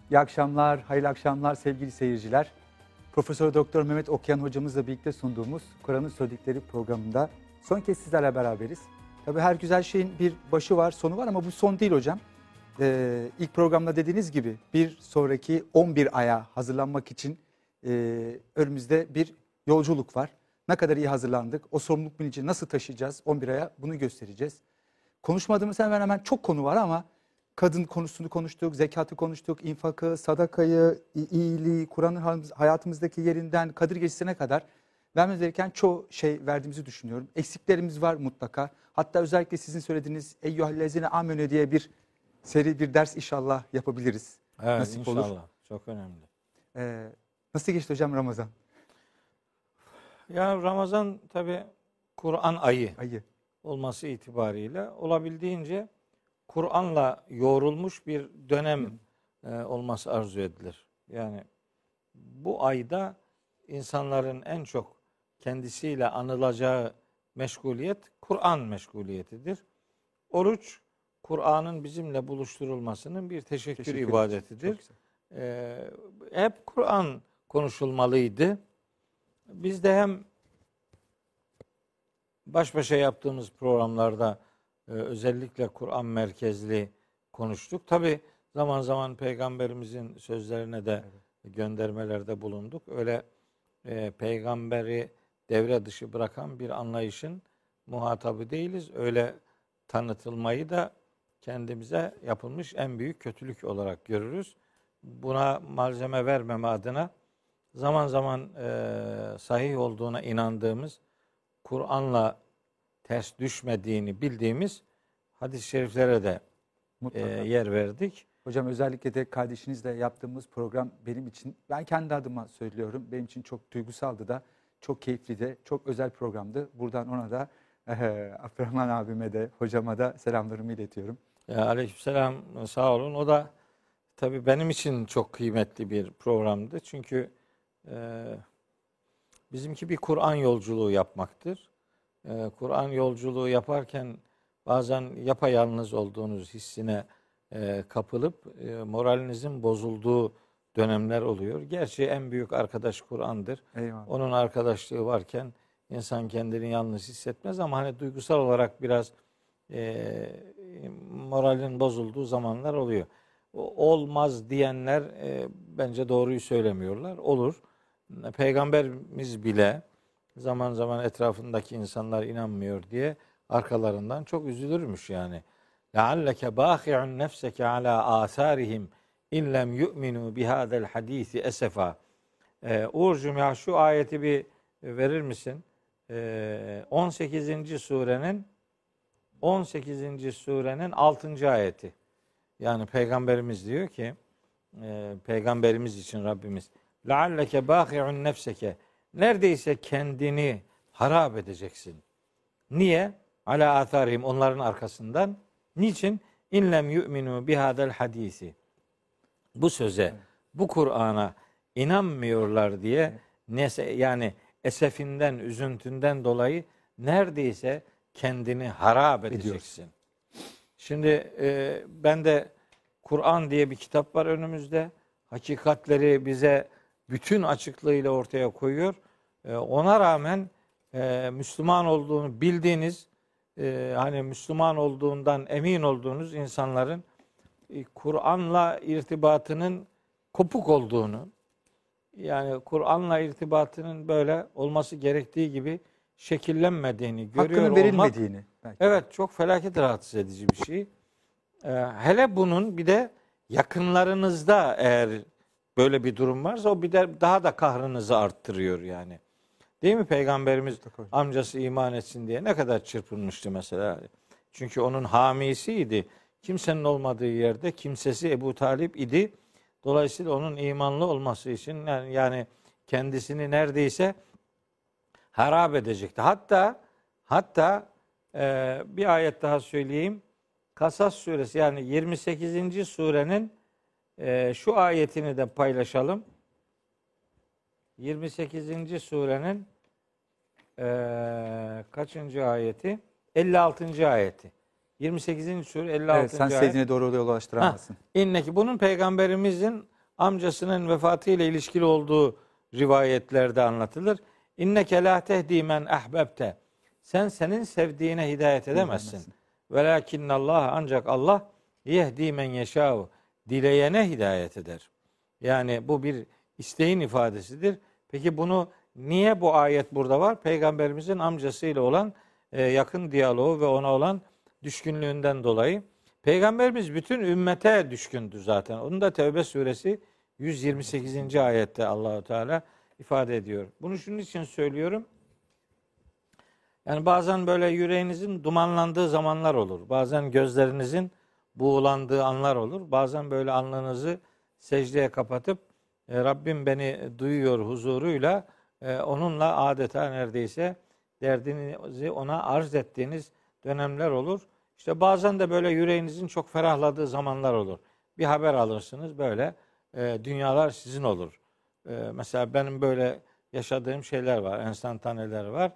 İyi akşamlar, hayırlı akşamlar sevgili seyirciler. Profesör Doktor Mehmet Okuyan hocamızla birlikte sunduğumuz Kur'an'ın Söyledikleri programında son kez sizlerle beraberiz. Tabii her güzel şeyin bir başı var, sonu var ama bu son değil hocam. İlk programda dediğiniz gibi bir sonraki 11 aya hazırlanmak için önümüzde bir yolculuk var. Ne kadar iyi hazırlandık, o sorumluluk bilinci nasıl taşıyacağız 11 aya bunu göstereceğiz. Konuşmadığımız hemen çok konu var ama kadın konusunu konuştuk, zekatı konuştuk, infakı, sadakayı, iyiliği, Kur'an'ın hayatımızdaki yerinden Kadir Gecesi'ne kadar vermemiz gereken çoğu şey verdiğimizi düşünüyorum. Eksiklerimiz var mutlaka. Hatta özellikle sizin söylediğiniz Eyyühellezine amenü diye bir seri bir ders inşallah yapabiliriz. Evet, nasip inşallah. olur. Çok önemli. Nasıl geçti hocam Ramazan? Ya Ramazan tabii Kur'an ayı Ayı. olması itibariyle olabildiğince Kur'an'la yoğrulmuş bir dönem olması arzu edilir. Yani bu ayda insanların en çok kendisiyle anılacağı meşguliyet Kur'an meşguliyetidir. Oruç, Kur'an'ın bizimle buluşturulmasının bir teşekkür ibadetidir. Hep Kur'an konuşulmalıydı. Biz de hem baş başa yaptığımız programlarda özellikle Kur'an merkezli konuştuk. Tabi zaman zaman Peygamberimizin sözlerine de göndermelerde bulunduk. Öyle peygamberi devre dışı bırakan bir anlayışın muhatabı değiliz. Öyle tanıtılmayı da kendimize yapılmış en büyük kötülük olarak görürüz. Buna malzeme vermeme adına zaman zaman sahih olduğuna inandığımız, Kur'an'la ters düşmediğini bildiğimiz hadis-i şeriflere de yer verdik. Hocam özellikle de kardeşinizle yaptığımız program benim için, ben kendi adıma söylüyorum, benim için çok duygusaldı da, çok keyifli de, çok özel programdı. Buradan ona da Abdurrahman abime de, hocama da selamlarımı iletiyorum. Aleykümselam, sağ olun. O da tabii benim için çok kıymetli bir programdı. Çünkü bizimki bir Kur'an yolculuğu yapmaktır. Kur'an yolculuğu yaparken bazen yapayalnız olduğunuz hissine kapılıp moralinizin bozulduğu dönemler oluyor. Gerçi en büyük arkadaş Kur'an'dır. Eyvallah. Onun arkadaşlığı varken insan kendini yalnız hissetmez ama hani duygusal olarak biraz moralin bozulduğu zamanlar oluyor. Olmaz diyenler bence doğruyu söylemiyorlar. Olur. Peygamberimiz bile zaman zaman etrafındaki insanlar inanmıyor diye arkalarından çok üzülürmüş yani. لَعَلَّكَ بَاخِعُنْ نَفْسَكَ عَلَى آثَارِهِمْ اِنْ لَمْ يُؤْمِنُوا بِهَذَا الْحَد۪يثِ اَسَفًا. Uğurcuğum ya şu ayeti bir verir misin? 18. surenin 6. ayeti. Yani Peygamberimiz diyor ki, Peygamberimiz için Rabbimiz, لَعَلَّكَ بَاخِعُنْ نَفْسَكَ, neredeyse kendini harap edeceksin. Niye? Ala atharihim, onların arkasından. Niçin? İnlem yu'minu bihadel hadisi. Bu söze, bu Kur'an'a inanmıyorlar diye yani esefinden, üzüntünden dolayı neredeyse kendini harap edeceksin. Şimdi ben de Kur'an diye bir kitap var önümüzde. Hakikatleri bize bütün açıklığıyla ortaya koyuyor. Ona rağmen Müslüman olduğunu bildiğiniz, hani Müslüman olduğundan emin olduğunuz insanların Kur'an'la irtibatının kopuk olduğunu, yani Kur'an'la irtibatının böyle olması gerektiği gibi şekillenmediğini görüyor Hakkının verilmediğini. Belki. Evet, çok felaket rahatsız edici bir şey. Hele bunun bir de yakınlarınızda eğer böyle bir durum varsa o bir de daha da kahrınızı arttırıyor yani. Değil mi? Peygamberimiz amcası iman etsin diye ne kadar çırpınmıştı mesela. Çünkü onun hamisiydi. Kimsenin olmadığı yerde kimsesi Ebu Talip idi. Dolayısıyla onun imanlı olması için yani kendisini neredeyse harap edecekti. Hatta bir ayet daha söyleyeyim. Kasas suresi yani 28. surenin şu ayetini de paylaşalım. 28. surenin kaçıncı ayeti? 56. ayeti. 28. sure 56. Evet, sen sevdiğine doğru yola ulaştıramazsın. İnneki bunun peygamberimizin amcasının vefatıyla ilişkili olduğu rivayetlerde anlatılır. İnneke la tehdi men ahbebte. Sen senin sevdiğine hidayet edemezsin. Velakinnallah, ancak Allah yehdi men yeşâ'u, dileyene hidayet eder. Yani bu bir isteğin ifadesidir. Peki bunu niye bu ayet burada var? Peygamberimizin amcasıyla olan yakın diyaloğu ve ona olan düşkünlüğünden dolayı. Peygamberimiz bütün ümmete düşkündü zaten. Onu da Tevbe suresi 128. ayette Allahu Teala ifade ediyor. Bunu şunun için söylüyorum. Yani bazen böyle yüreğinizin dumanlandığı zamanlar olur. Bazen gözlerinizin buğulandığı anlar olur. Bazen böyle alnınızı secdeye kapatıp Rabbim beni duyuyor huzuruyla onunla adeta neredeyse derdinizi ona arz ettiğiniz dönemler olur. İşte bazen de böyle yüreğinizin çok ferahladığı zamanlar olur. Bir haber alırsınız, böyle dünyalar sizin olur. Mesela benim böyle yaşadığım şeyler var, enstantaneler var.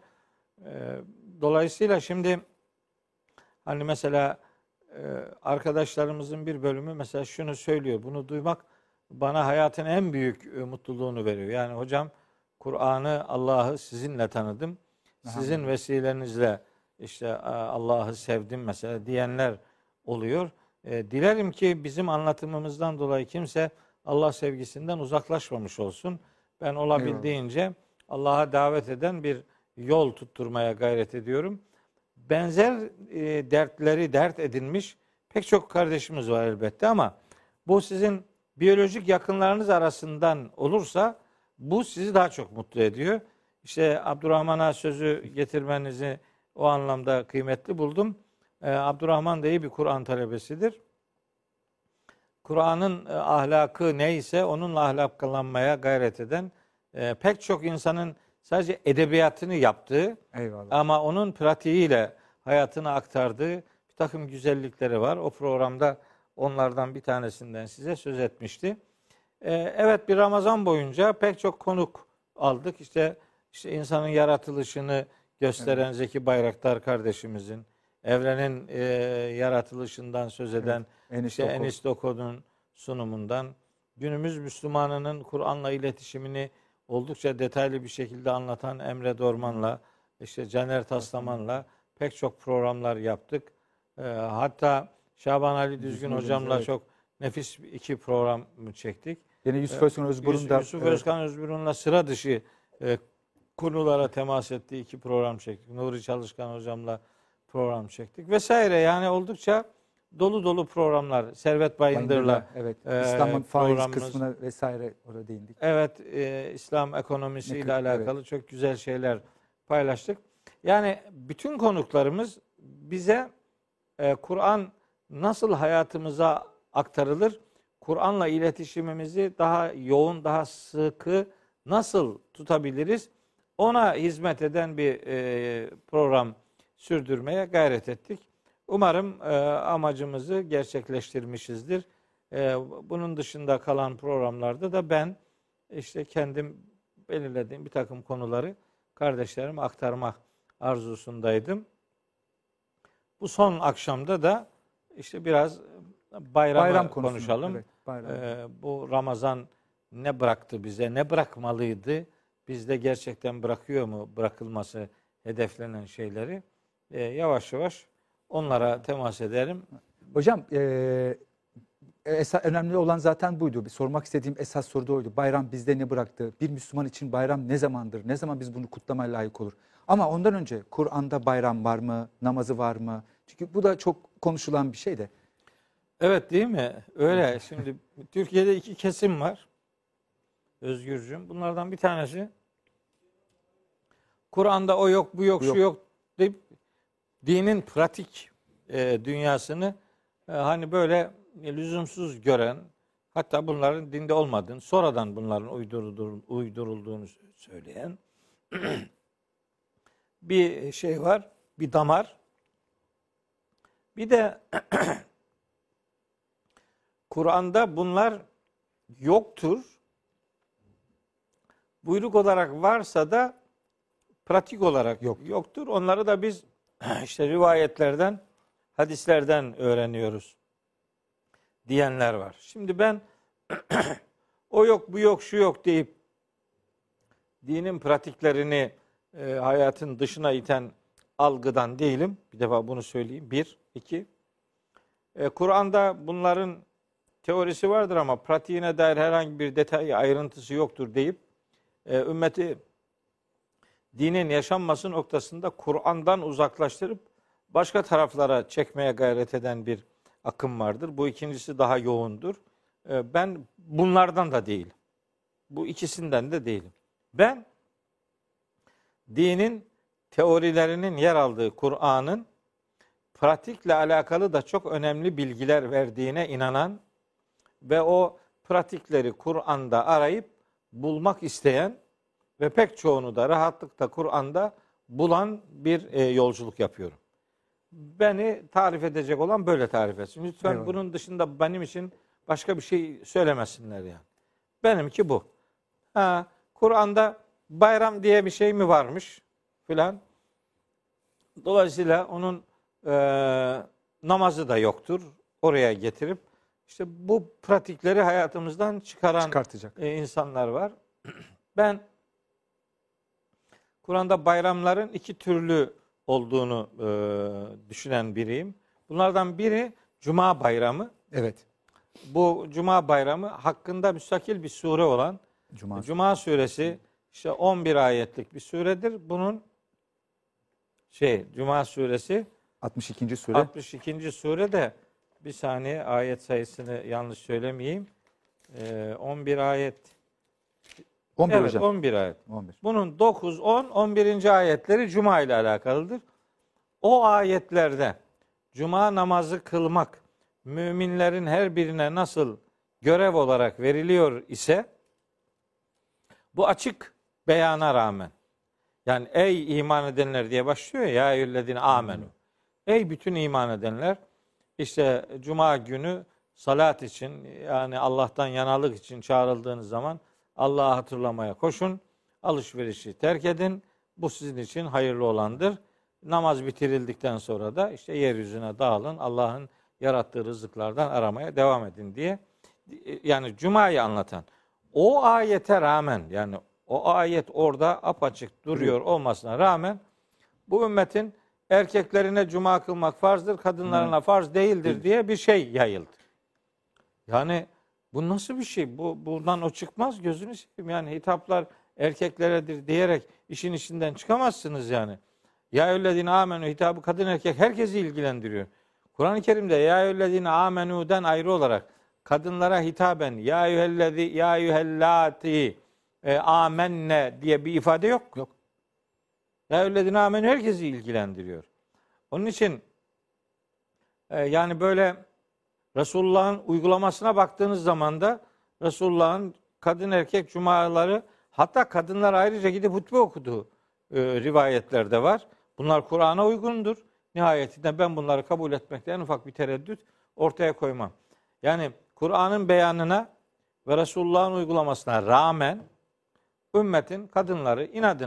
Dolayısıyla şimdi hani mesela arkadaşlarımızın bir bölümü mesela şunu söylüyor. Bunu duymak bana hayatın en büyük mutluluğunu veriyor. Yani hocam, Kur'an'ı, Allah'ı sizinle tanıdım. Sizin vesilenizle işte Allah'ı sevdim mesela diyenler oluyor. Dilerim ki bizim anlatımımızdan dolayı kimse Allah sevgisinden uzaklaşmamış olsun. Ben olabildiğince Allah'a davet eden bir yol tutturmaya gayret ediyorum. Benzer dertleri dert edinmiş pek çok kardeşimiz var elbette, ama bu sizin biyolojik yakınlarınız arasından olursa bu sizi daha çok mutlu ediyor. İşte Abdurrahman'a sözü getirmenizi o anlamda kıymetli buldum. Abdurrahman da iyi bir Kur'an talebesidir. Kur'an'ın ahlakı neyse onunla ahlaklanmaya gayret eden, pek çok insanın sadece edebiyatını yaptığı, ama onun pratiğiyle hayatına aktardığı bir takım güzellikleri var. O programda onlardan bir tanesinden size söz etmişti. Evet, bir Ramazan boyunca pek çok konuk aldık. İşte insanın yaratılışını gösteren Zeki Bayraktar kardeşimizin, evrenin yaratılışından söz eden Enis Doko'nun sunumundan, günümüz Müslümanının Kur'an'la iletişimini oldukça detaylı bir şekilde anlatan Emre Dorman'la, Caner Taslaman'la pek çok programlar yaptık. Hatta Şaban Ali Düzgün hocamla çok nefis 2 program çektik. Yine Yusuf Özkan Özburun da Yusuf Özkan Özburun'la sıra dışı konulara temas ettiği 2 program çektik. Nuri Çalışkan hocamla program çektik vesaire. Yani oldukça dolu dolu programlar. Servet Bayındır'la İslam'ın faiz kısmına vesaire orada değindik. Evet, İslam ekonomisiyle alakalı çok güzel şeyler paylaştık. Yani bütün konuklarımız bize Kur'an nasıl hayatımıza aktarılır, Kur'an'la iletişimimizi daha yoğun, daha sıkı nasıl tutabiliriz, ona hizmet eden bir program sürdürmeye gayret ettik. Umarım amacımızı gerçekleştirmişizdir. Bunun dışında kalan programlarda da ben kendim belirlediğim bir takım konuları kardeşlerime aktarmak arzusundaydım. Bu son akşamda da biraz bayramı konuşalım. Evet, bayram. Bu Ramazan ne bıraktı bize, ne bırakmalıydı? Bizde gerçekten bırakıyor mu bırakılması hedeflenen şeyleri? Yavaş yavaş onlara temas edelim. Hocam önemli olan zaten buydu. Sormak istediğim esas soru da oydu. Bayram bizde ne bıraktı? Bir Müslüman için bayram ne zamandır? Ne zaman biz bunu kutlamaya layık olur? Ama ondan önce Kur'an'da bayram var mı? Namazı var mı? Çünkü bu da çok konuşulan bir şey de. Evet, değil mi? Öyle. Şimdi Türkiye'de 2 kesim var. Özgürcüğüm. Bunlardan bir tanesi Kur'an'da o yok, bu yok, şu yok deyip dinin pratik dünyasını hani böyle lüzumsuz gören, hatta bunların dinde olmadığını, sonradan bunların uydurulduğunu söyleyen bir şey var, bir damar. Bir de Kur'an'da bunlar yoktur. Buyruk olarak varsa da pratik olarak yoktur. Onları da biz rivayetlerden, hadislerden öğreniyoruz diyenler var. Şimdi ben o yok, bu yok, şu yok deyip dinin pratiklerini hayatın dışına iten algıdan değilim. Bir defa bunu söyleyeyim. Bir. İki. Kur'an'da bunların teorisi vardır ama pratiğine dair herhangi bir detay, ayrıntısı yoktur deyip ümmeti dinin yaşanması noktasında Kur'an'dan uzaklaştırıp başka taraflara çekmeye gayret eden bir akım vardır. Bu ikincisi daha yoğundur. Ben bunlardan da değilim. Bu ikisinden de değilim. Ben dinin teorilerinin yer aldığı Kur'an'ın pratikle alakalı da çok önemli bilgiler verdiğine inanan ve o pratikleri Kur'an'da arayıp bulmak isteyen ve pek çoğunu da rahatlıkla Kur'an'da bulan bir yolculuk yapıyorum. Beni tarif edecek olan böyle tarif etsin. Lütfen Eyvallah. bunun dışında benim için başka bir şey söylemesinler yani. Benimki bu. Kur'an'da bayram diye bir şey mi varmış filan. Dolayısıyla onun namazı da yoktur. Oraya getirip işte bu pratikleri hayatımızdan Çıkartacak. insanlar var. Ben Kur'an'da bayramların iki türlü olduğunu düşünen biriyim. Bunlardan biri Cuma bayramı. Evet. Bu Cuma bayramı hakkında müstakil bir sure olan Cuma suresi işte 11 ayetlik bir suredir. Bunun Cuma suresi 62. sure. 62. sure de bir saniye ayet sayısını yanlış söylemeyeyim. 11 ayet. 11 Evet, hocam. 11 ayet. 11. Bunun 9, 10, 11. ayetleri Cuma ile alakalıdır. O ayetlerde Cuma namazı kılmak müminlerin her birine nasıl görev olarak veriliyor ise bu açık beyana rağmen yani ey iman edenler diye başlıyor ya eyyühellezine amenu. Ey bütün iman edenler işte Cuma günü salat için yani Allah'tan yanalık için çağrıldığınız zaman Allah'ı hatırlamaya koşun. Alışverişi terk edin. Bu sizin için hayırlı olandır. Namaz bitirildikten sonra da işte yeryüzüne dağılın. Allah'ın yarattığı rızıklardan aramaya devam edin diye. Yani Cuma'yı anlatan. O ayete rağmen yani o ayet orada apaçık duruyor olmasına rağmen bu ümmetin erkeklerine Cuma kılmak farzdır, kadınlarına farz değildir diye bir şey yayıldı. Yani bu nasıl bir şey? Buradan o çıkmaz, gözünü seveyim. Yani hitaplar erkekleredir diyerek işin içinden çıkamazsınız yani. Ya eyyühellezine amenu hitabı kadın erkek herkesi ilgilendiriyor. Kur'an-ı Kerim'de ya eyyühellezine amenu'den ayrı olarak kadınlara hitaben ya eyyühellati amenne diye bir ifade yok. Yok. Ya eyyühellezine amenu herkesi ilgilendiriyor. Onun için yani böyle Resulullah'ın uygulamasına baktığınız zaman da Resulullah'ın kadın erkek cumaları hatta kadınlar ayrıca gidip hutbe okuduğu rivayetlerde var. Bunlar Kur'an'a uygundur. Nihayetinde ben bunları kabul etmekte en ufak bir tereddüt ortaya koymam. Yani Kur'an'ın beyanına ve Resulullah'ın uygulamasına rağmen ümmetin kadınları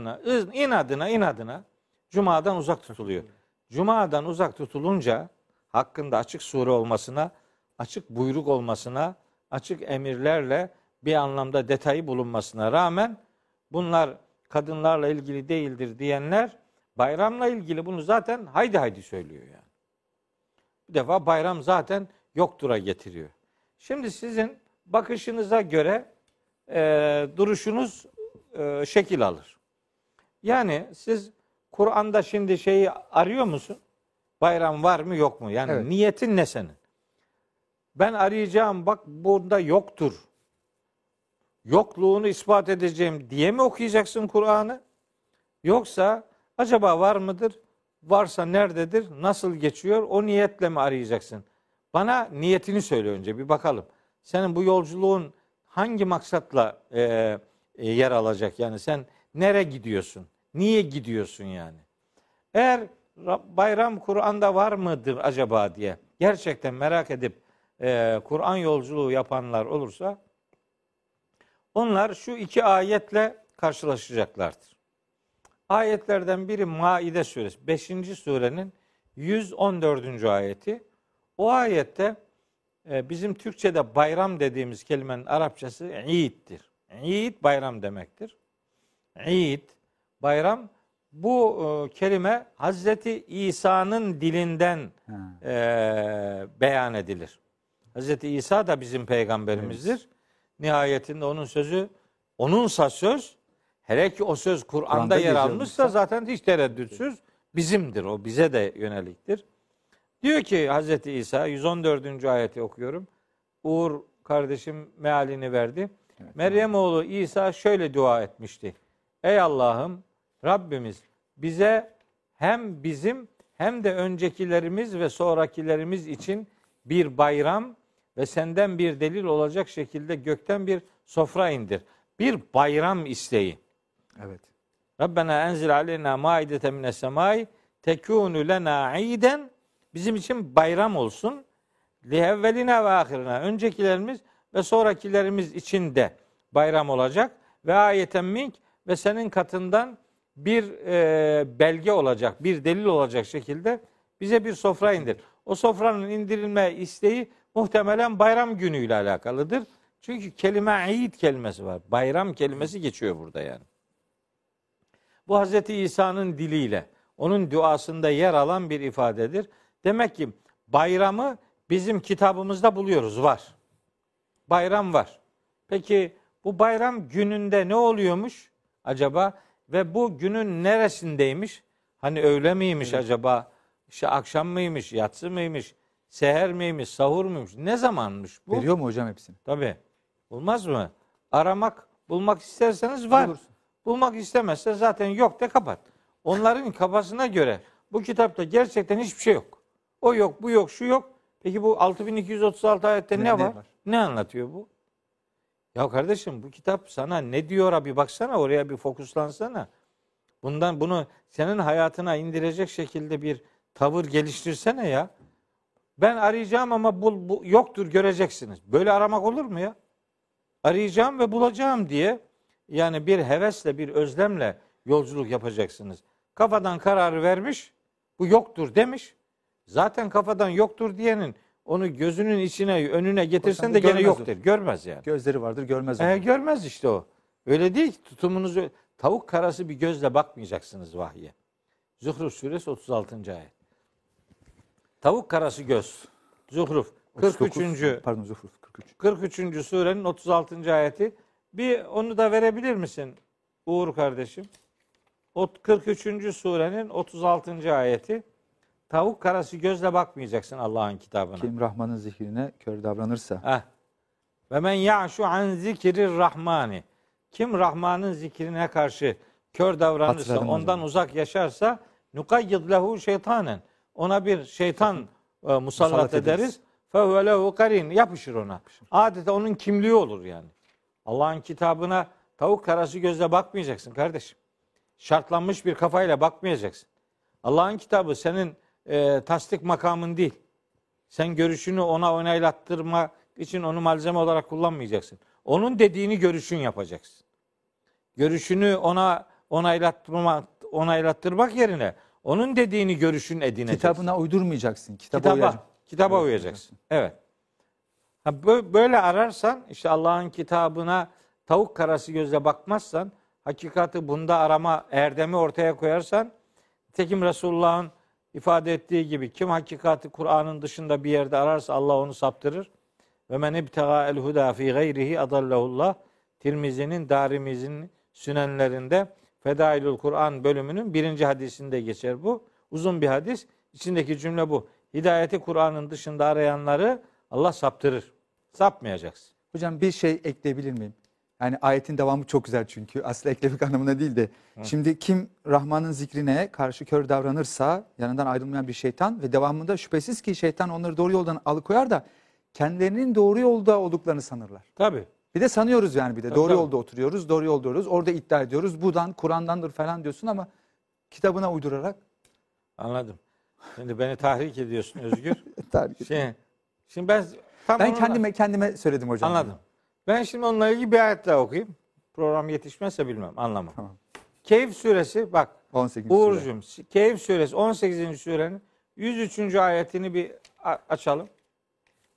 inadına Cuma'dan uzak tutuluyor. Cuma'dan uzak tutulunca hakkında açık sure olmasına, açık buyruk olmasına, açık emirlerle bir anlamda detayı bulunmasına rağmen bunlar kadınlarla ilgili değildir diyenler bayramla ilgili bunu zaten haydi söylüyor yani. Bir defa bayram zaten yoktura getiriyor. Şimdi sizin bakışınıza göre duruşunuz şekil alır. Yani siz Kur'an'da şimdi şeyi arıyor musun? Bayram var mı yok mu? Yani evet. Niyetin ne senin? Ben arayacağım bak bunda yoktur. Yokluğunu ispat edeceğim diye mi okuyacaksın Kur'an'ı? Yoksa acaba var mıdır? Varsa nerededir? Nasıl geçiyor? O niyetle mi arayacaksın? Bana niyetini söyle önce bir bakalım. Senin bu yolculuğun hangi maksatla yer alacak? Yani sen nereye gidiyorsun? Niye gidiyorsun yani? Eğer bayram Kur'an'da var mıdır acaba diye gerçekten merak edip Kur'an yolculuğu yapanlar olursa onlar şu iki ayetle karşılaşacaklardır. Ayetlerden biri Maide suresi 5. surenin 114. ayeti. O ayette bizim Türkçe'de bayram dediğimiz kelimenin Arapçası İd'dir. İd bayram demektir. İd, bayram. Bu kelime Hazreti İsa'nın dilinden beyan edilir. Hazreti İsa da bizim peygamberimizdir. Evet. Nihayetinde onun sözü, onunsa söz, hele ki o söz Kur'an'da yer almışsa zaten hiç tereddütsüz bizimdir. O bize de yöneliktir. Diyor ki Hazreti İsa, 114. ayeti okuyorum. Uğur kardeşim mealini verdi. Evet. Meryem oğlu İsa şöyle dua etmişti. Ey Allah'ım, Rabbimiz bize hem bizim hem de öncekilerimiz ve sonrakilerimiz için bir bayram ve senden bir delil olacak şekilde gökten bir sofra indir. Bir bayram isteği. Evet. Rabbena enzil aleyna maideten mines semai tekunu lena iden, bizim için bayram olsun. Lihevvelina ve ahirina, öncekilerimiz ve sonrakilerimiz için de bayram olacak. Ve ayeten mink, ve senin katından bir belge olacak, bir delil olacak şekilde bize bir sofra indir. O sofranın indirilme isteği muhtemelen bayram günüyle alakalıdır. Çünkü kelime İd kelimesi var. Bayram kelimesi geçiyor burada yani. Bu Hazreti İsa'nın diliyle, onun duasında yer alan bir ifadedir. Demek ki bayramı bizim kitabımızda buluyoruz, var. Bayram var. Peki bu bayram gününde ne oluyormuş acaba? Ve bu günün neresindeymiş? Hani öğle miymiş acaba? İşte akşam mıymış, yatsı mıymış, seher miymiş, sahur muymuş? Ne zamanmış bu? Veriyor mu hocam hepsini? Tabii. Olmaz mı? Aramak, bulmak isterseniz var. Bulursun. Bulmak istemezse zaten yok de kapat. Onların kafasına göre bu kitapta gerçekten hiçbir şey yok. O yok, bu yok, şu yok. Peki bu 6236 ayette ne var? Ne anlatıyor bu? Ya kardeşim, bu kitap sana ne diyor abi, baksana oraya, bir fokuslansana. Bunu senin hayatına indirecek şekilde bir tavır geliştirsene ya. Ben arayacağım ama yoktur, göreceksiniz. Böyle aramak olur mu ya? Arayacağım ve bulacağım diye, yani bir hevesle, bir özlemle yolculuk yapacaksınız. Kafadan kararı vermiş, bu yoktur demiş. Zaten kafadan yoktur diyenin onu gözünün içine, önüne getirsen de gene yoktur. Görmez yani. Gözleri vardır, görmez. Görmez işte o. Öyle değil ki, tutumunuzu, tavuk karası bir gözle bakmayacaksınız vahye. Zuhruf suresi 36. ayet. Tavuk karası göz. Zuhruf 43. Zuhruf 43. surenin 36. ayeti. Bir onu da verebilir misin Uğur kardeşim? O 43. surenin 36. ayeti. Tavuk karası gözle bakmayacaksın Allah'ın kitabına. Kim Rahman'ın zikrine kör davranırsa. Ve men ya'şu an zikrir rahmani. Kim Rahman'ın zikrine karşı kör davranırsa, ondan uzak yaşarsa, nukayyid lehu şeytanen. Ona bir şeytan musallat ederiz. Fehuve lehu karin. Yapışır ona. Adeta onun kimliği olur yani. Allah'ın kitabına tavuk karası gözle bakmayacaksın kardeşim. Şartlanmış bir kafayla bakmayacaksın. Allah'ın kitabı senin tasdik makamın değil. Sen görüşünü ona onaylattırmak için onu malzeme olarak kullanmayacaksın. Onun dediğini görüşün yapacaksın. Görüşünü ona onaylattırmak yerine onun dediğini görüşün edineceksin. Kitabına uydurmayacaksın. Kitaba uyacaksın. Evet. Böyle ararsan, işte Allah'ın kitabına tavuk karası gözle bakmazsan, hakikati bunda arama erdemi ortaya koyarsan, nitekim Resulullah'ın ifade ettiği gibi, kim hakikati Kur'an'ın dışında bir yerde ararsa Allah onu saptırır. Ve men ibtega el huda fi gayrihi adallahullah. Tirmizi'nin, Darimiz'in sünenlerinde Fedailül Kur'an bölümünün 1. hadisinde geçer bu. Uzun bir hadis. İçindeki cümle bu. Hidayeti Kur'an'ın dışında arayanları Allah saptırır. Sapmayacaksın. Hocam bir şey ekleyebilir miyim? Yani ayetin devamı çok güzel çünkü. Aslında eklemek anlamına değil de. Şimdi kim Rahman'ın zikrine karşı kör davranırsa yanından ayrılmayan bir şeytan ve devamında şüphesiz ki şeytan onları doğru yoldan alıkoyar da kendilerinin doğru yolda olduklarını sanırlar. Tabii. Bir de sanıyoruz yani bir de. Doğru yolda oturuyoruz, doğru yolda oluyoruz. Orada iddia ediyoruz. Buradan, Kur'an'dandır falan diyorsun ama kitabına uydurarak. Anladım. Şimdi beni tahrik ediyorsun Özgür. Şimdi ben kendime söyledim hocam. Anladım. Ben şimdi onunla ilgili bir ayet daha okuyayım. Program yetişmezse bilmem, anlamam. Tamam. Kehf suresi, bak 18. Uğurcuğum, Kehf suresi 18. surenin 103. ayetini bir açalım.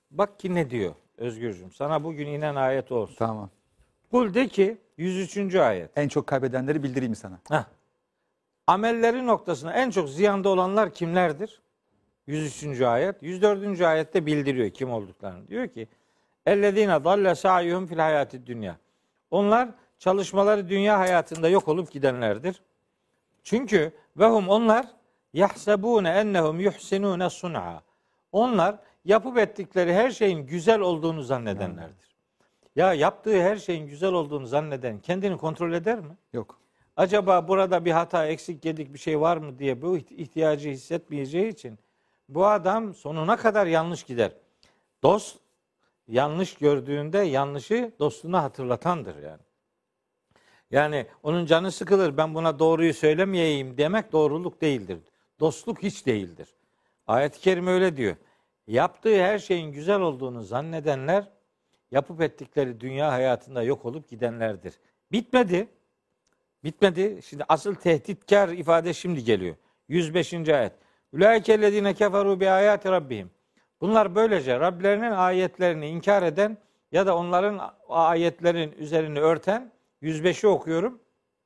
Bak ki ne diyor Özgürcüğüm. Sana bugün inen ayet olsun. Tamam. Kul de ki 103. ayet. En çok kaybedenleri bildireyim mi sana? Heh. Amelleri noktasında en çok ziyanda olanlar kimlerdir? 103. ayet. 104. ayette bildiriyor kim olduklarını. Diyor ki ellezine dalle sa'yuhum fil hayatid dünya. Onlar çalışmaları dünya hayatında yok olup gidenlerdir. Çünkü vehum onlar yahsebune ennehum yuhsinune sun'a. Onlar yapıp ettikleri her şeyin güzel olduğunu zannedenlerdir. Ya yaptığı her şeyin güzel olduğunu zanneden kendini kontrol eder mi? Yok. Acaba burada bir hata, eksik, gedik bir şey var mı diye bu ihtiyacı hissetmeyeceği için bu adam sonuna kadar yanlış gider. Dost yanlış gördüğünde yanlışı dostuna hatırlatandır yani. Yani onun canı sıkılır, ben buna doğruyu söylemeyeyim demek doğruluk değildir. Dostluk hiç değildir. Ayet-i kerime öyle diyor. Yaptığı her şeyin güzel olduğunu zannedenler yapıp ettikleri dünya hayatında yok olup gidenlerdir. Bitmedi. Bitmedi. Şimdi asıl tehditkar ifade şimdi geliyor. 105. ayet. Ulaikellezine keferu bi ayati rabbihim. Bunlar böylece Rablerinin ayetlerini inkar eden ya da onların ayetlerin üzerini örten 105'i okuyorum.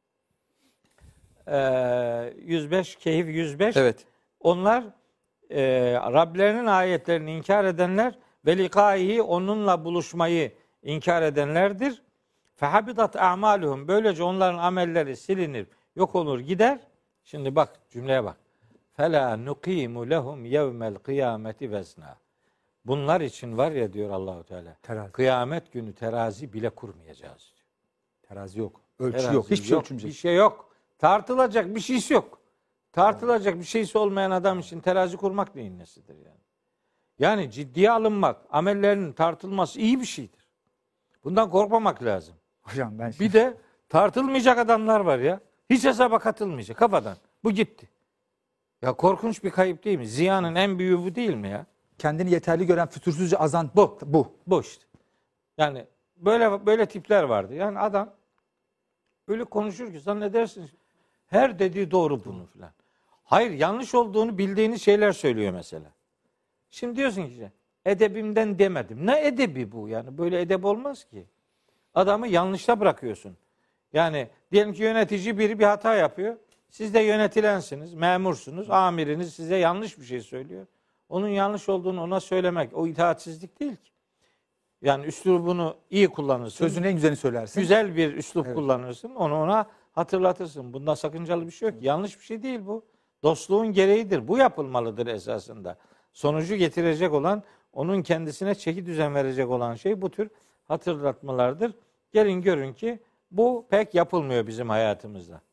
105 Kehf 105. Evet. Onlar Rablerinin ayetlerini inkar edenler ve likaihi onunla buluşmayı inkar edenlerdir. Fehabitat a'maluhum. Böylece onların amelleri silinir, yok olur, gider. Şimdi bak cümleye bak. Fela nuqimu lehum yevmel kıyameti vezna. Bunlar için var ya diyor Allahu Teala. Terazi. Kıyamet günü terazi bile kurmayacağız diyor. Terazi yok. Ölçü Terazi yok. Hiçbir şey yok, ölçülmeyecek. bir şey yok. Tartılacak bir şeysi yok. Tartılacak bir şeysi olmayan adam için terazi kurmak neyin nesidir yani? Yani ciddiye alınmak, amellerinin tartılması iyi bir şeydir. Bundan korkmamak lazım. Hocam ben Bir de tartılmayacak adamlar var ya. Hiç hesaba katılmayacak kafadan. Bu gitti. Ya korkunç bir kayıp değil mi? Ziyanın en büyüğü bu değil mi ya? kendini yeterli gören fütursuzca azan Bu. bu. Bu işte. Yani böyle tipler vardı. Yani adam öyle konuşur ki zannedersin her dediği doğru bunun filan. Hayır, yanlış olduğunu bildiğiniz şeyler söylüyor mesela. Şimdi diyorsun ki edebimden demedim. Ne edebi bu yani? Böyle edep olmaz ki. Adamı yanlışta bırakıyorsun. Yani diyelim ki yönetici biri bir hata yapıyor. Siz de yönetilensiniz, memursunuz. Amiriniz size yanlış bir şey söylüyor. Onun yanlış olduğunu ona söylemek o itaatsizlik değil ki. Yani üslubunu iyi kullanırsın. Sözün en güzelini söylersin. Güzel bir üslup Evet. kullanırsın. Onu ona hatırlatırsın. Bunda sakıncalı bir şey yok. Yanlış bir şey değil bu. Dostluğun gereğidir. Bu yapılmalıdır esasında. Sonucu getirecek olan, onun kendisine çeki düzen verecek olan şey bu tür hatırlatmalardır. Gelin görün ki bu pek yapılmıyor bizim hayatımızda.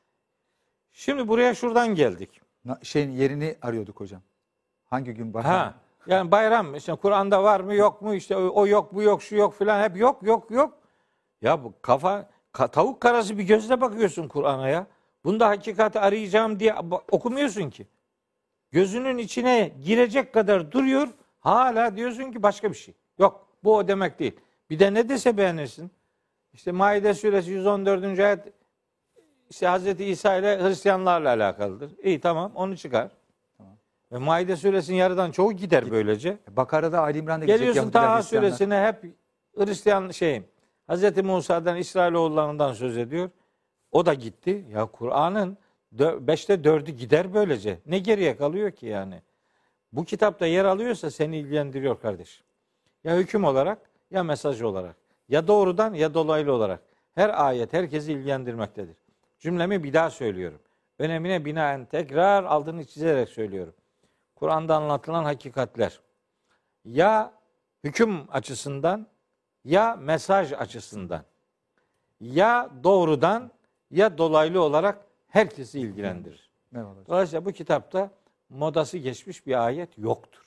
Şimdi buraya şuradan geldik. Şeyin yerini arıyorduk hocam. Hangi gün bayram? Ha, yani bayram işte Kur'an'da var mı yok mu işte o yok bu yok şu yok filan hep yok. Ya bu tavuk karası bir gözle bakıyorsun Kur'an'a ya. Bunda hakikati arayacağım diye okumuyorsun ki. Gözünün içine girecek kadar duruyor. Hala diyorsun ki başka bir şey. Yok bu o demek değil. Bir de ne dese beğenirsin. İşte Maide suresi 114. ayet işte Hazreti İsa ile Hristiyanlarla alakalıdır. İyi tamam onu çıkar. Tamam. Ve Maide suresinin yarıdan çoğu gider böylece. Bakara'da Ali İmran'da gidecek Geliyorsun Yahudiler, Taha Hristiyanlar. suresine hep Hristiyan Hazreti Musa'dan İsrailoğullarından söz ediyor. O da gitti. Ya Kur'an'ın 5'te 4'ü gider böylece. Ne geriye kalıyor ki yani? Bu kitapta yer alıyorsa seni ilgilendiriyor kardeşim. Ya hüküm olarak ya mesaj olarak. Ya doğrudan ya dolaylı olarak. Her ayet herkesi ilgilendirmektedir. Cümlemi bir daha söylüyorum. Önemine binaen tekrar altını çizerek söylüyorum. Kur'an'da anlatılan hakikatler ya hüküm açısından ya mesaj açısından ya doğrudan ya dolaylı olarak herkesi ilgilendirir. Eyvallah. Dolayısıyla bu kitapta modası geçmiş bir ayet yoktur.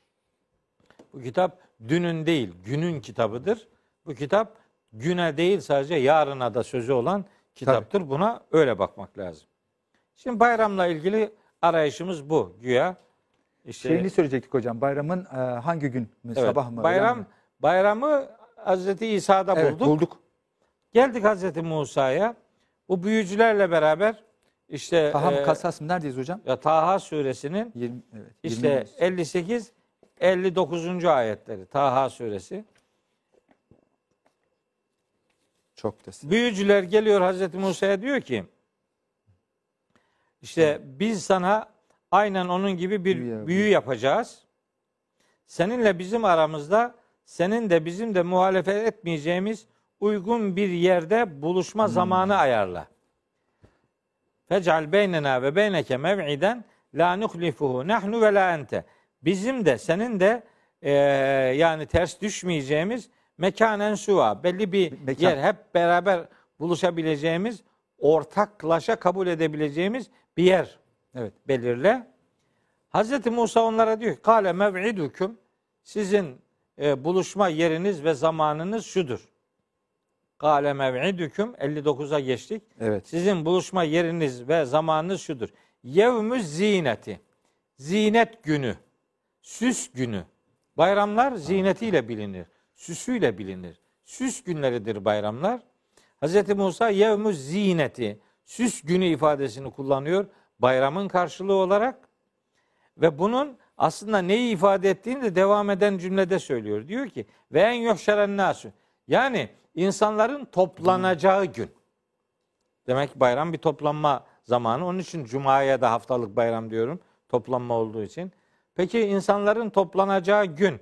Bu kitap dünün değil, günün kitabıdır. Bu kitap güne değil sadece yarına da sözü olan kitaptır. Tabii. Buna öyle bakmak lazım. Şimdi bayramla ilgili arayışımız bu güya. İşte, Şeyini söyleyecektik hocam. Bayramın hangi gün? Evet, sabah mı? Bayramı Hazreti İsa'da evet, bulduk. Geldik Hazreti Musa'ya. Bu büyücülerle beraber işte Taha mı Kasas mı? Neredeyiz hocam? Ya Taha suresinin 20, evet, işte 58 59. ayetleri Taha suresi. Çok desin. Büyücüler geliyor Hazreti Musa'ya diyor ki işte biz sana aynen onun gibi bir büyü yapacağız. Seninle bizim aramızda senin de bizim de muhalefet etmeyeceğimiz uygun bir yerde buluşma zamanı ayarla. Fec'al beynena ve beyneke mev'iden la nuhlifuhu nahnu ve la ente. Bizim de senin de yani ters düşmeyeceğimiz mekanen suva, belli bir Mekan. yer, hep beraber buluşabileceğimiz, ortaklaşa kabul edebileceğimiz bir yer Evet. belirle. Hazreti Musa onlara diyor ki kâle mev'idüküm, sizin buluşma yeriniz ve zamanınız şudur. Kâle mev'idüküm, 59'a geçtik. Evet. Sizin buluşma yeriniz ve zamanınız şudur. Yevmüz zineti. Zinet günü. Süs günü. Bayramlar zinetiyle bilinir. Süsüyle bilinir. Süs günleridir bayramlar. Hz. Musa yevmüz zineti. Süs günü ifadesini kullanıyor. Bayramın karşılığı olarak. Ve bunun aslında neyi ifade ettiğini de devam eden cümlede söylüyor. Diyor ki ve en yuhşeren nasu. Yani insanların toplanacağı gün. Demek ki bayram bir toplanma zamanı. Onun için Cuma'ya da haftalık bayram diyorum. Toplanma olduğu için. Peki insanların toplanacağı gün,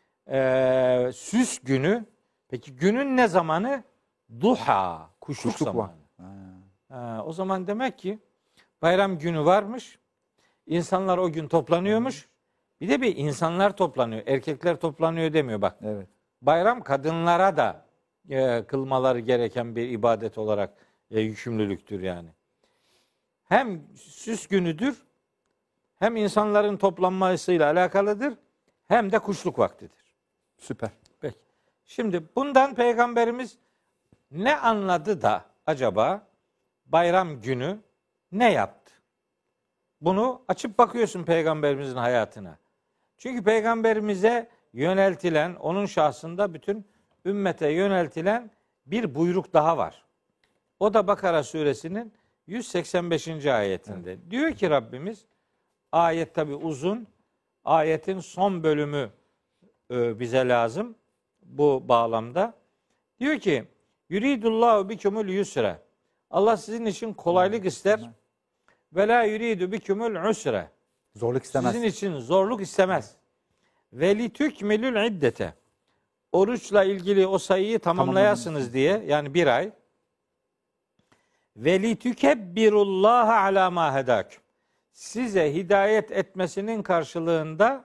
süs günü. Peki günün ne zamanı? Duha, kuşluk zamanı. O zaman demek ki bayram günü varmış. İnsanlar o gün toplanıyormuş. Bir de bir insanlar toplanıyor. Erkekler toplanıyor demiyor bak. Evet. Bayram kadınlara da kılmaları gereken bir ibadet olarak yükümlülüktür yani. Hem süs günüdür, hem insanların toplanmasıyla alakalıdır, hem de kuşluk vaktidir. Süper. Peki. Şimdi bundan Peygamberimiz ne anladı da acaba bayram günü ne yaptı? Bunu açıp bakıyorsun Peygamberimizin hayatına. Çünkü Peygamberimize yöneltilen, onun şahsında bütün ümmete yöneltilen bir buyruk daha var. O da Bakara suresinin 185. ayetinde. Evet. Diyor ki Rabbimiz, ayet tabi uzun, ayetin son bölümü bize lazım bu bağlamda. Diyor ki, yuridullahu bikumul yusra. Allah sizin için kolaylık ister. Ve la yuridu bikumul usra. Zorluk istemez. Sizin için zorluk istemez. Ve li tükmilül iddete. Oruçla ilgili o sayıyı tamamlayasınız diye, yani bir ay. Ve li tükebbirullaha ala ma hedaküm. Size hidayet etmesinin karşılığında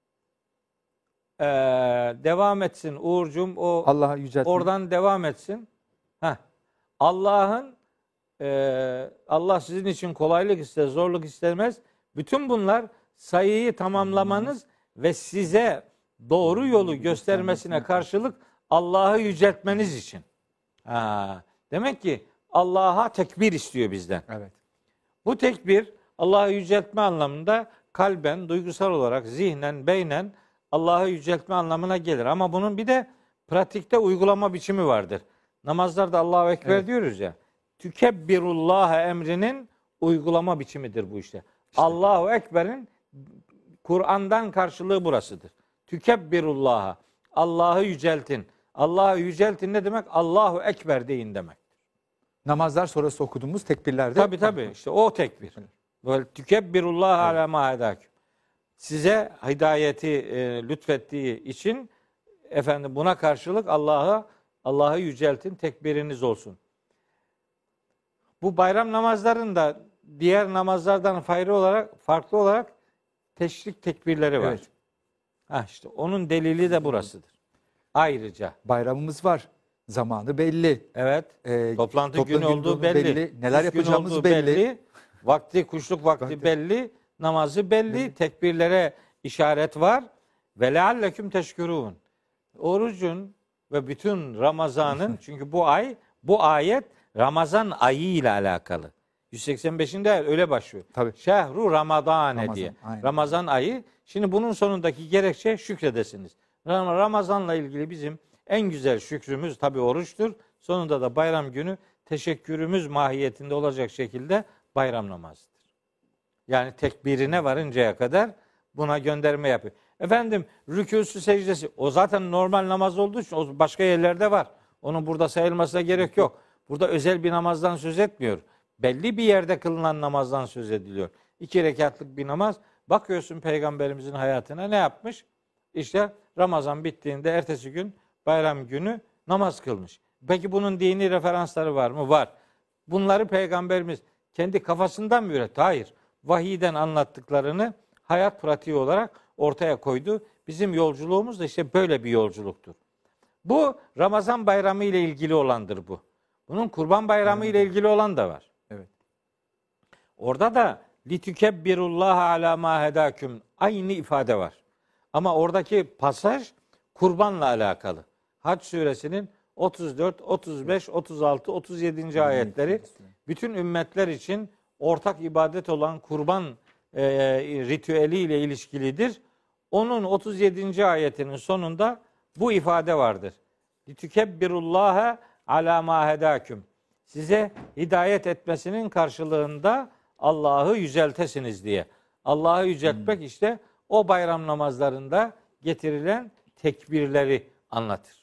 devam etsin Uğurcuğum, o Allah'a yüceltmek. oradan devam etsin. Allah'ın Allah sizin için kolaylık ister, zorluk istemez. Bütün bunlar sayıyı tamamlamanız ve size doğru yolu göstermesine karşılık Allah'ı yüceltmeniz için. Demek ki Allah'a tekbir istiyor bizden. Evet. Bu tekbir Allah'ı yüceltme anlamında kalben, duygusal olarak, zihnen, beynen Allah'ı yüceltme anlamına gelir. Ama bunun bir de pratikte uygulama biçimi vardır. Namazlarda Allahu Ekber diyoruz ya. Tükebbirullaha emrinin uygulama biçimidir bu işte. Allahu Ekber'in Kur'an'dan karşılığı burasıdır. Tükebbirullaha. Allah'ı yüceltin. Allah'ı yüceltin ne demek? Allahu Ekber deyin demek. Namazlar sonrası okuduğumuz tekbirlerde. Tabii işte o tekbir. Böyle tükebbirullaha ala ma hedaküm. Size hidayeti lütfettiği için efendim buna karşılık Allah'ı yüceltin, tekbiriniz olsun. Bu bayram namazlarında diğer namazlardan farklı olarak teşrik tekbirleri var. Evet. İşte onun delili de burasıdır. Ayrıca bayramımız var. Zamanı belli. Evet. Toplantı günü olduğu belli. Neler yapacağımız belli. Vakti, kuşluk vakti belli. Namazı belli. Tekbirlere işaret var. Ve lealleküm teşkurun. Orucun ve bütün Ramazan'ın çünkü bu ayet Ramazan ayı ile alakalı. 185'inde öyle başlıyor. Tabii. Şehru Ramadane diye. Aynen. Ramazan ayı. Şimdi bunun sonundaki gerekçe şükredesiniz. Ramazan'la ilgili bizim en güzel şükrümüz tabii oruçtur. Sonunda da bayram günü teşekkürümüz mahiyetinde olacak şekilde bayram namazıdır. Yani tekbirine varıncaya kadar buna gönderme yapıyor. Efendim rükûsü secdesi o zaten normal namaz olduğu için o başka yerlerde var. Onun burada sayılmasına gerek yok. Burada özel bir namazdan söz etmiyor. Belli bir yerde kılınan namazdan söz ediliyor. 2 rekatlık bir namaz. Bakıyorsun Peygamberimizin hayatına ne yapmış? İşte Ramazan bittiğinde ertesi gün bayram günü namaz kılmış. Peki bunun dini referansları var mı? Var. Bunları Peygamberimiz kendi kafasından mı üretti? Hayır. Vahiyden anlattıklarını hayat pratiği olarak ortaya koydu. Bizim yolculuğumuz da işte böyle bir yolculuktur. Bu Ramazan bayramı ile ilgili olandır bu. Bunun Kurban Bayramı ile ilgili olan da var. Evet. Orada da litükebbirullaha ala ma hedaküm aynı ifade var. Ama oradaki pasaj kurbanla alakalı. Hac suresinin 34, 35, 36, 37. ayetleri bütün ümmetler için ortak ibadet olan kurban ritüeli ile ilişkilidir. Onun 37. ayetinin sonunda bu ifade vardır. Litükebbirullaha ala ma hedaküm. Size hidayet etmesinin karşılığında Allah'ı yüceltesiniz diye. Allah'ı yüceltmek işte o bayram namazlarında getirilen tekbirleri anlatır.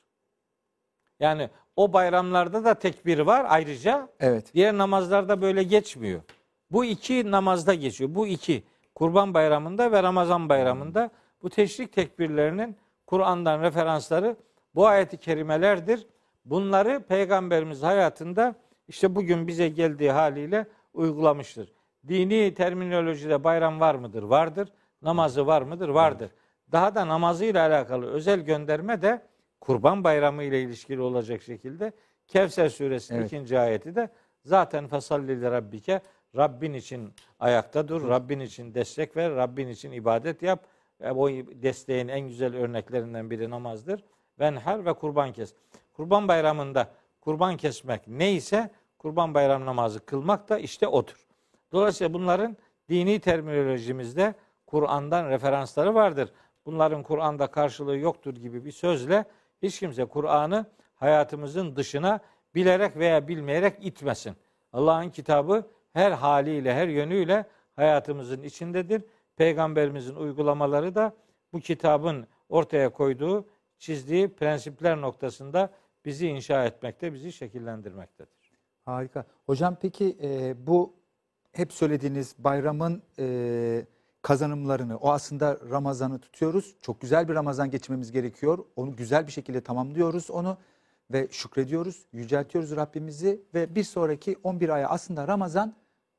Yani o bayramlarda da tekbir var ayrıca. Evet. Diğer namazlarda böyle geçmiyor. Bu iki namazda geçiyor. Bu iki Kurban Bayramı'nda ve Ramazan Bayramı'nda bu teşrik tekbirlerinin Kur'an'dan referansları bu ayet-i kerimelerdir. Bunları Peygamberimiz hayatında işte bugün bize geldiği haliyle uygulamıştır. Dini terminolojide bayram var mıdır? Vardır. Namazı var mıdır? Vardır. Daha da namazıyla alakalı özel gönderme de Kurban Bayramı ile ilişkili olacak şekilde Kevser suresinin 2. ayeti de zaten fesallili rabbike, Rabbin için ayakta dur, Rabbin için destek ver, Rabbin için ibadet yap. O desteğin en güzel örneklerinden biri namazdır. Venhar ve kurban kes. Kurban Bayramı'nda kurban kesmek neyse Kurban Bayram namazı kılmak da işte odur. Dolayısıyla bunların dini terminolojimizde Kur'an'dan referansları vardır. Bunların Kur'an'da karşılığı yoktur gibi bir sözle hiç kimse Kur'an'ı hayatımızın dışına bilerek veya bilmeyerek itmesin. Allah'ın kitabı her haliyle, her yönüyle hayatımızın içindedir. Peygamberimizin uygulamaları da bu kitabın ortaya koyduğu, çizdiği prensipler noktasında bizi inşa etmekte, bizi şekillendirmektedir. Harika. Hocam peki bu hep söylediğiniz bayramın kazanımlarını, o aslında Ramazan'ı tutuyoruz. Çok güzel bir Ramazan geçirmemiz gerekiyor. Onu güzel bir şekilde tamamlıyoruz onu ve şükrediyoruz, yüceltiyoruz Rabbimizi ve bir sonraki 11 aya aslında Ramazan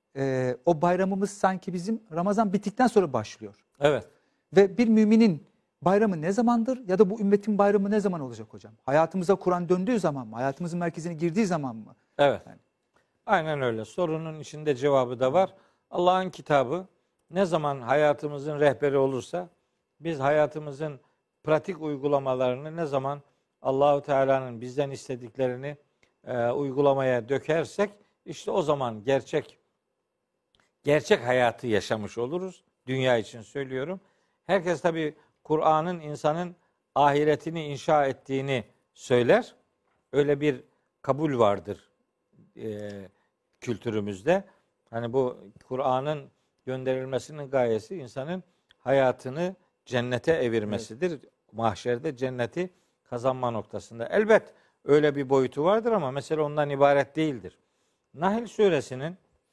o bayramımız sanki bizim Ramazan bittikten sonra başlıyor. Evet. Ve bir müminin bayramı ne zamandır ya da bu ümmetin bayramı ne zaman olacak hocam? Hayatımıza Kur'an döndüğü zaman mı? Hayatımızın merkezine girdiği zaman mı? Evet. Yani. Aynen öyle. Sorunun içinde cevabı da var. Allah'ın kitabı ne zaman hayatımızın rehberi olursa biz hayatımızın pratik uygulamalarını ne zaman Allahu Teala'nın bizden istediklerini uygulamaya dökersek işte o zaman gerçek hayatı yaşamış oluruz. Dünya için söylüyorum. Herkes tabii Kur'an'ın insanın ahiretini inşa ettiğini söyler. Öyle bir kabul vardır kültürümüzde. Hani bu Kur'an'ın gönderilmesinin gayesi insanın hayatını cennete evirmesidir. Evet. Mahşerde cenneti kazanma noktasında. Elbet öyle bir boyutu vardır ama mesele ondan ibaret değildir. Nahl suresinin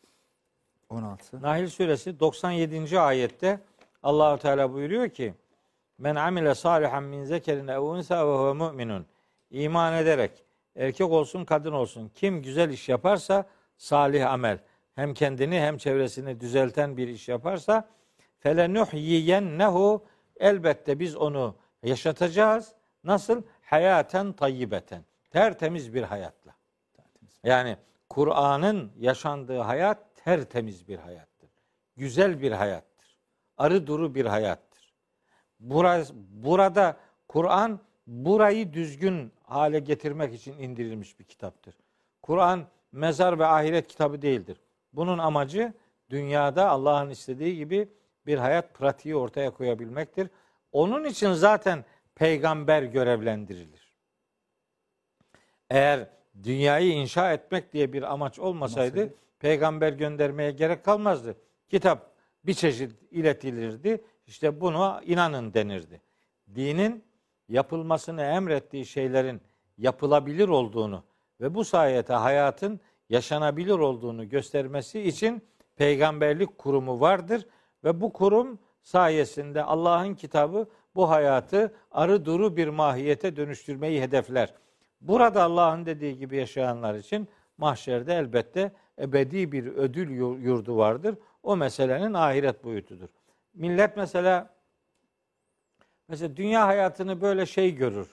16. Nahl suresi 97. ayette Allahu Teala buyuruyor ki: "Men amile salihan min zekerin ev unsa ve huve mu'minun." İman ederek erkek olsun kadın olsun kim güzel iş yaparsa salih amel hem kendini hem çevresini düzelten bir iş yaparsa felenuhyiyennehu elbette biz onu yaşatacağız. Nasıl? Hayaten tayyibeten. Tertemiz bir hayatla. Yani Kur'an'ın yaşandığı hayat tertemiz bir hayattır. Güzel bir hayattır. Arı duru bir hayattır. Burada Kur'an burayı düzgün hale getirmek için indirilmiş bir kitaptır. Kur'an mezar ve ahiret kitabı değildir. Bunun amacı dünyada Allah'ın istediği gibi bir hayat pratiği ortaya koyabilmektir. Onun için zaten peygamber görevlendirilir. Eğer dünyayı inşa etmek diye bir amaç olmasaydı peygamber göndermeye gerek kalmazdı. Kitap bir çeşit iletilirdi. İşte buna inanın denirdi. Dinin yapılmasını emrettiği şeylerin yapılabilir olduğunu ve bu sayede hayatın yaşanabilir olduğunu göstermesi için peygamberlik kurumu vardır ve bu kurum sayesinde Allah'ın kitabı bu hayatı arı duru bir mahiyete dönüştürmeyi hedefler. Burada Allah'ın dediği gibi yaşayanlar için mahşerde elbette ebedi bir ödül yurdu vardır. O meselenin ahiret boyutudur. Millet mesela dünya hayatını böyle şey görür.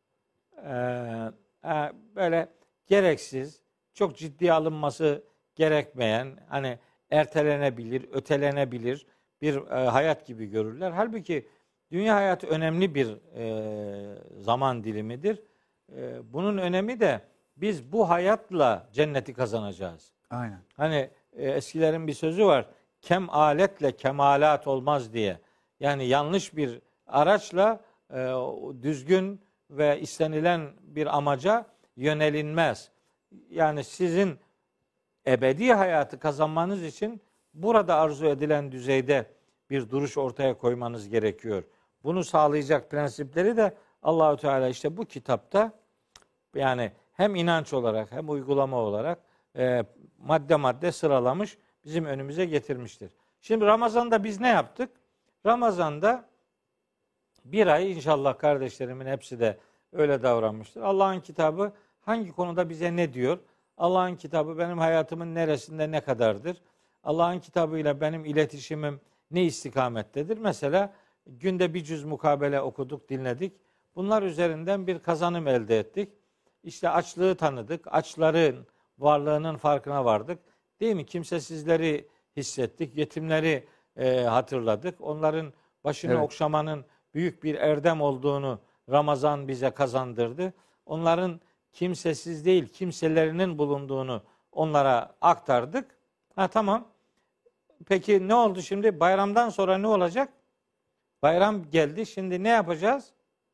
Böyle gereksiz, çok ciddiye alınması gerekmeyen, hani ertelenebilir, ötelenebilir bir hayat gibi görürler. Halbuki dünya hayatı önemli bir zaman dilimidir. Bunun önemi de biz bu hayatla cenneti kazanacağız. Aynen. Hani eskilerin bir sözü var. Kem aletle kemalat olmaz diye. Yani yanlış bir araçla düzgün ve istenilen bir amaca yönelinmez. Yani sizin ebedi hayatı kazanmanız için burada arzu edilen düzeyde bir duruş ortaya koymanız gerekiyor. Bunu sağlayacak prensipleri de Allahu Teala işte bu kitapta yani hem inanç olarak hem uygulama olarak madde madde sıralamış, bizim önümüze getirmiştir. Şimdi Ramazan'da biz ne yaptık? Ramazan'da bir ay inşallah kardeşlerimin hepsi de öyle davranmıştır. Allah'ın kitabı hangi konuda bize ne diyor? Allah'ın kitabı benim hayatımın neresinde ne kadardır? Allah'ın kitabıyla benim iletişimim ne istikamettedir? Mesela günde bir cüz mukabele okuduk, dinledik. Bunlar üzerinden bir kazanım elde ettik. İşte açlığı tanıdık, açların varlığının farkına vardık. Değil mi? Kimsesizleri hissettik, yetimleri hatırladık. Onların başını okşamanın büyük bir erdem olduğunu Ramazan bize kazandırdı. Onların kimsesiz değil, kimselerinin bulunduğunu onlara aktardık. Tamam. Peki ne oldu şimdi? Bayramdan sonra ne olacak? Bayram geldi. Şimdi ne yapacağız?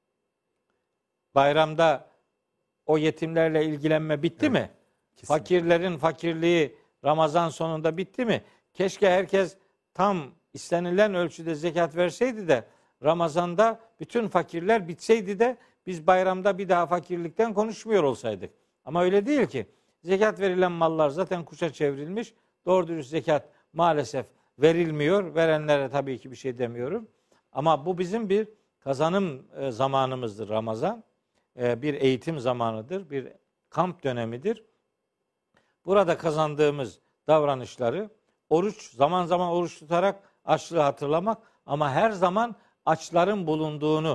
Bayramda o yetimlerle ilgilenme bitti mi? Kesinlikle. Fakirlerin fakirliği Ramazan sonunda bitti mi? Keşke herkes tam istenilen ölçüde zekat verseydi de Ramazan'da bütün fakirler bitseydi de biz bayramda bir daha fakirlikten konuşmuyor olsaydık. Ama öyle değil ki. Zekat verilen mallar zaten kuşa çevrilmiş. Doğru dürüst zekat maalesef verilmiyor. Verenlere tabii ki bir şey demiyorum. Ama bu bizim bir kazanım zamanımızdır Ramazan. Bir eğitim zamanıdır. Bir kamp dönemidir. Burada kazandığımız davranışları oruç, zaman zaman oruç tutarak açlığı hatırlamak ama her zaman açların bulunduğunu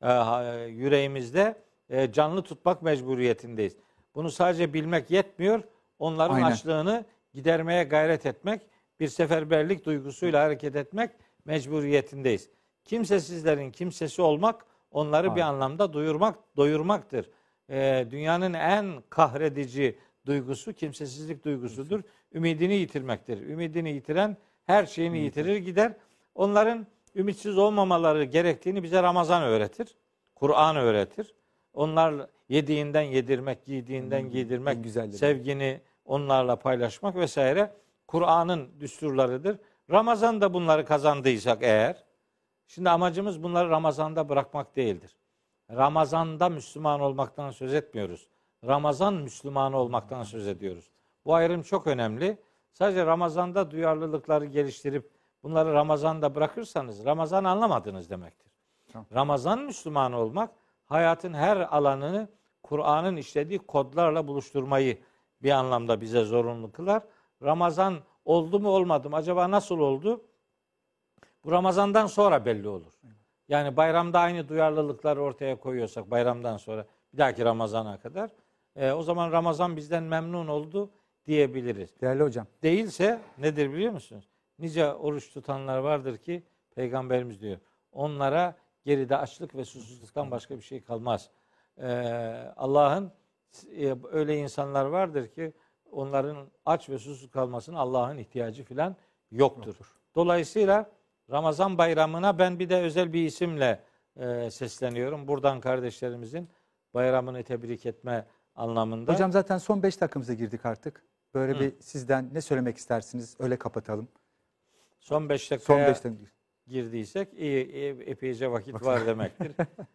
yüreğimizde canlı tutmak mecburiyetindeyiz. Bunu sadece bilmek yetmiyor. Onların Aynen. açlığını gidermeye gayret etmek, bir seferberlik duygusuyla hareket etmek mecburiyetindeyiz. Kimsesizlerin kimsesi olmak, onları bir anlamda doyurmaktır. Dünyanın en kahredici duygusu kimsesizlik duygusudur. Ümidini yitirmektir. Ümidini yitiren her şeyini yitirir gider. Onların ümitsiz olmamaları gerektiğini bize Ramazan öğretir. Kur'an öğretir. Onlar yediğinden yedirmek, giydiğinden giydirmek, sevgini onlarla paylaşmak vesaire Kur'an'ın düsturlarıdır. Ramazan'da bunları kazandıysak eğer, şimdi amacımız bunları Ramazan'da bırakmak değildir. Ramazan'da Müslüman olmaktan söz etmiyoruz. Ramazan Müslümanı olmaktan söz ediyoruz. Bu ayrım çok önemli. Sadece Ramazan'da duyarlılıkları geliştirip bunları Ramazan'da bırakırsanız Ramazan anlamadınız demektir. Tamam. Ramazan Müslümanı olmak, hayatın her alanını Kur'an'ın işlediği kodlarla buluşturmayı bir anlamda bize zorunlu kılar. Ramazan oldu mu olmadı mı? Acaba nasıl oldu? Bu Ramazan'dan sonra belli olur. Yani bayramda aynı duyarlılıkları ortaya koyuyorsak bayramdan sonra bir dahaki Ramazan'a kadar o zaman Ramazan bizden memnun oldu diyebiliriz. Değerli hocam. Değilse nedir biliyor musunuz? Nice oruç tutanlar vardır ki Peygamberimiz diyor. Onlara geride açlık ve susuzluktan başka bir şey kalmaz. Allah'ın öyle insanlar vardır ki onların aç ve susuz kalmasına Allah'ın ihtiyacı filan yoktur. Dolayısıyla Ramazan bayramına ben bir de özel bir isimle sesleniyorum. Buradan kardeşlerimizin bayramını tebrik etme anlamında. Hocam zaten son 5 dakikamıza girdik artık. Böyle bir sizden ne söylemek istersiniz? Öyle kapatalım. Son 5 Son dakikaya 5 dakika. girdiysek epeyce vakit var demektir.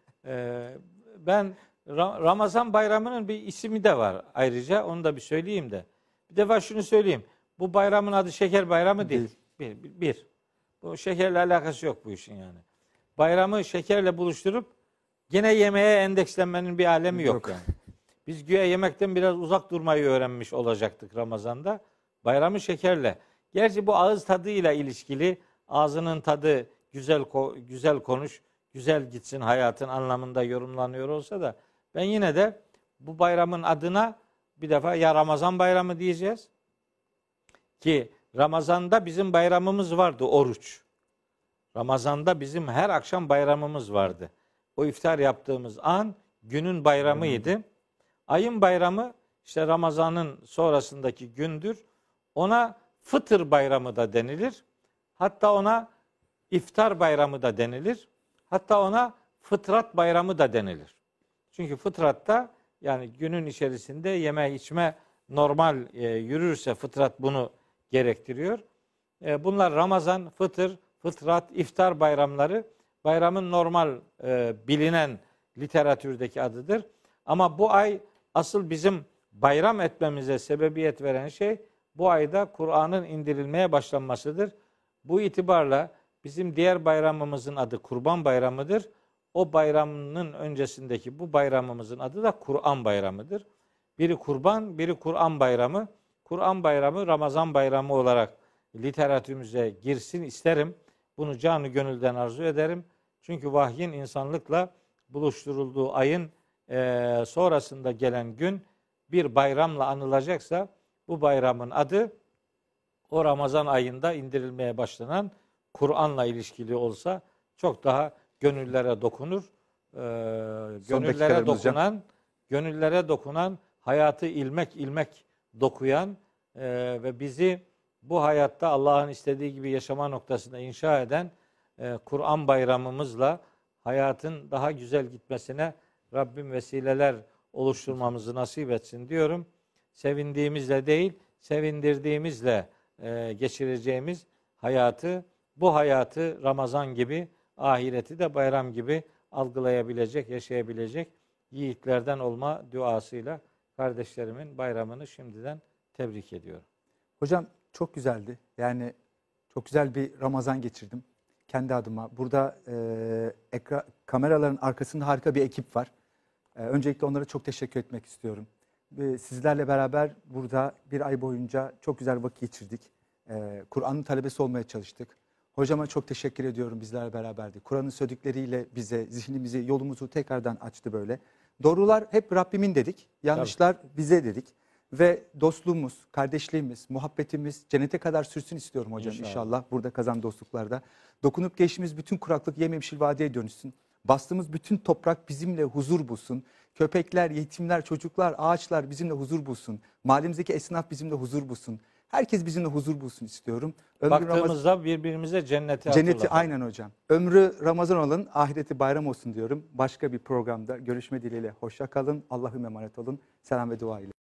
Ben Ramazan bayramının bir ismi de var ayrıca, onu da bir söyleyeyim de. Bir defa şunu söyleyeyim. Bu bayramın adı şeker bayramı değil. Bir. Bu şekerle alakası yok bu işin yani. Bayramı şekerle buluşturup gene yemeğe endekslenmenin bir alemi yok yani. Biz güya yemekten biraz uzak durmayı öğrenmiş olacaktık Ramazan'da. Bayramı şekerle. Gerçi bu ağız tadıyla ilişkili, ağzının tadı güzel konuş, güzel gitsin hayatın anlamında yorumlanıyor olsa da ben yine de bu bayramın adına bir defa ya Ramazan bayramı diyeceğiz ki Ramazan'da bizim bayramımız vardı, oruç. Ramazan'da bizim her akşam bayramımız vardı. O iftar yaptığımız an günün bayramıydı. Ayın bayramı işte Ramazan'ın sonrasındaki gündür. Ona fıtır bayramı da denilir. Hatta ona iftar bayramı da denilir. Hatta ona fıtrat bayramı da denilir. Çünkü fıtratta yani günün içerisinde yeme içme normal yürürse fıtrat bunu gerektiriyor. Bunlar Ramazan, fıtır, fıtrat, iftar bayramları bayramın normal bilinen literatürdeki adıdır. Ama bu ay asıl bizim bayram etmemize sebebiyet veren şey bu ayda Kur'an'ın indirilmeye başlanmasıdır. Bu itibarla bizim diğer bayramımızın adı Kurban Bayramı'dır. O bayramının öncesindeki bu bayramımızın adı da Kur'an Bayramı'dır. Biri Kurban, biri Kur'an Bayramı. Kur'an Bayramı Ramazan Bayramı olarak literatürümüze girsin isterim. Bunu canı gönülden arzu ederim. Çünkü vahyin insanlıkla buluşturulduğu ayın sonrasında gelen gün bir bayramla anılacaksa bu bayramın adı o Ramazan ayında indirilmeye başlanan Kur'an'la ilişkili olsa çok daha gönüllere dokunur. Gönüllere dokunan, hayatı ilmek dokuyan ve bizi bu hayatta Allah'ın istediği gibi yaşama noktasında inşa eden Kur'an bayramımızla hayatın daha güzel gitmesine Rabbim vesileler oluşturmamızı nasip etsin diyorum. Sevindiğimizle değil, sevindirdiğimizle geçireceğimiz hayatı, bu hayatı Ramazan gibi, ahireti de bayram gibi algılayabilecek, yaşayabilecek yiğitlerden olma duasıyla kardeşlerimin bayramını şimdiden tebrik ediyorum. Hocam çok güzeldi. Yani çok güzel bir Ramazan geçirdim kendi adıma. Burada kameraların arkasında harika bir ekip var. Öncelikle onlara çok teşekkür etmek istiyorum. Sizlerle beraber burada bir ay boyunca çok güzel vakit geçirdik. Kur'an'ın talebesi olmaya çalıştık. Hocama çok teşekkür ediyorum, bizlerle beraberdi. Kur'an'ın söyledikleriyle bize, zihnimizi, yolumuzu tekrardan açtı böyle. Doğrular hep Rabbimin dedik, yanlışlar bize dedik. Ve dostluğumuz, kardeşliğimiz, muhabbetimiz cennete kadar sürsün istiyorum hocam inşallah. Burada kazan dostluklarda. Dokunup geçtiğimiz bütün kuraklık yemyeşil vadiye dönüşsün. Bastığımız bütün toprak bizimle huzur bulsun. Köpekler, yetimler, çocuklar, ağaçlar bizimle huzur bulsun. Mahallemizdeki esnaf bizimle huzur bulsun. Herkes bizimle huzur bulsun istiyorum. Baktığımızda birbirimize cenneti aynen hocam. Ömrü Ramazan olun, ahireti bayram olsun diyorum. Başka bir programda görüşme dileğiyle hoşça kalın. Allah'a emanet olun. Selam ve dua ile.